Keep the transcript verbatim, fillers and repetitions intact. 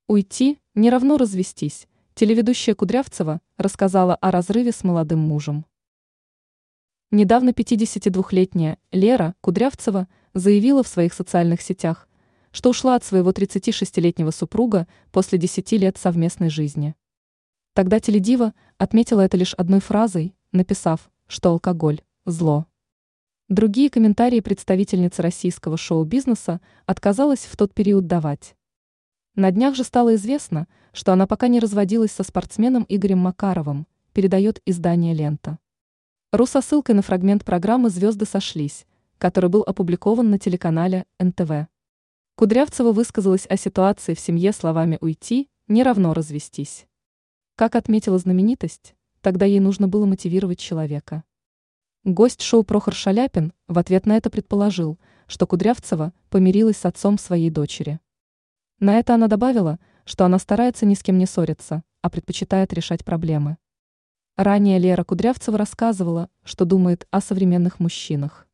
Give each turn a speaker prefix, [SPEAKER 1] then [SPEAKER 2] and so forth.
[SPEAKER 1] Уйти не равно развестись. Телеведущая Кудрявцева рассказала о разрыве с молодым мужем. Недавно пятидесятидвухлетняя Лера Кудрявцева заявила в своих социальных сетях, что ушла от своего тридцатишестилетнего супруга после десяти лет совместной жизни. Тогда теледива отметила это лишь одной фразой, написав, что алкоголь – зло. Другие комментарии представительница российского шоу-бизнеса отказалась в тот период давать. На днях же стало известно, что она пока не разводилась со спортсменом Игорем Макаровым, передает издание «Лента». РУ со ссылкой на фрагмент программы «Звезды сошлись», который был опубликован на телеканале эн тэ вэ. Кудрявцева высказалась о ситуации в семье словами «уйти не равно развестись». Как отметила знаменитость, тогда ей нужно было мотивировать человека. Гость шоу Прохор Шаляпин в ответ на это предположил, что Кудрявцева помирилась с отцом своей дочери. На это она добавила, что она старается ни с кем не ссориться, а предпочитает решать проблемы. Ранее Лера Кудрявцева рассказывала, что думает о современных мужчинах.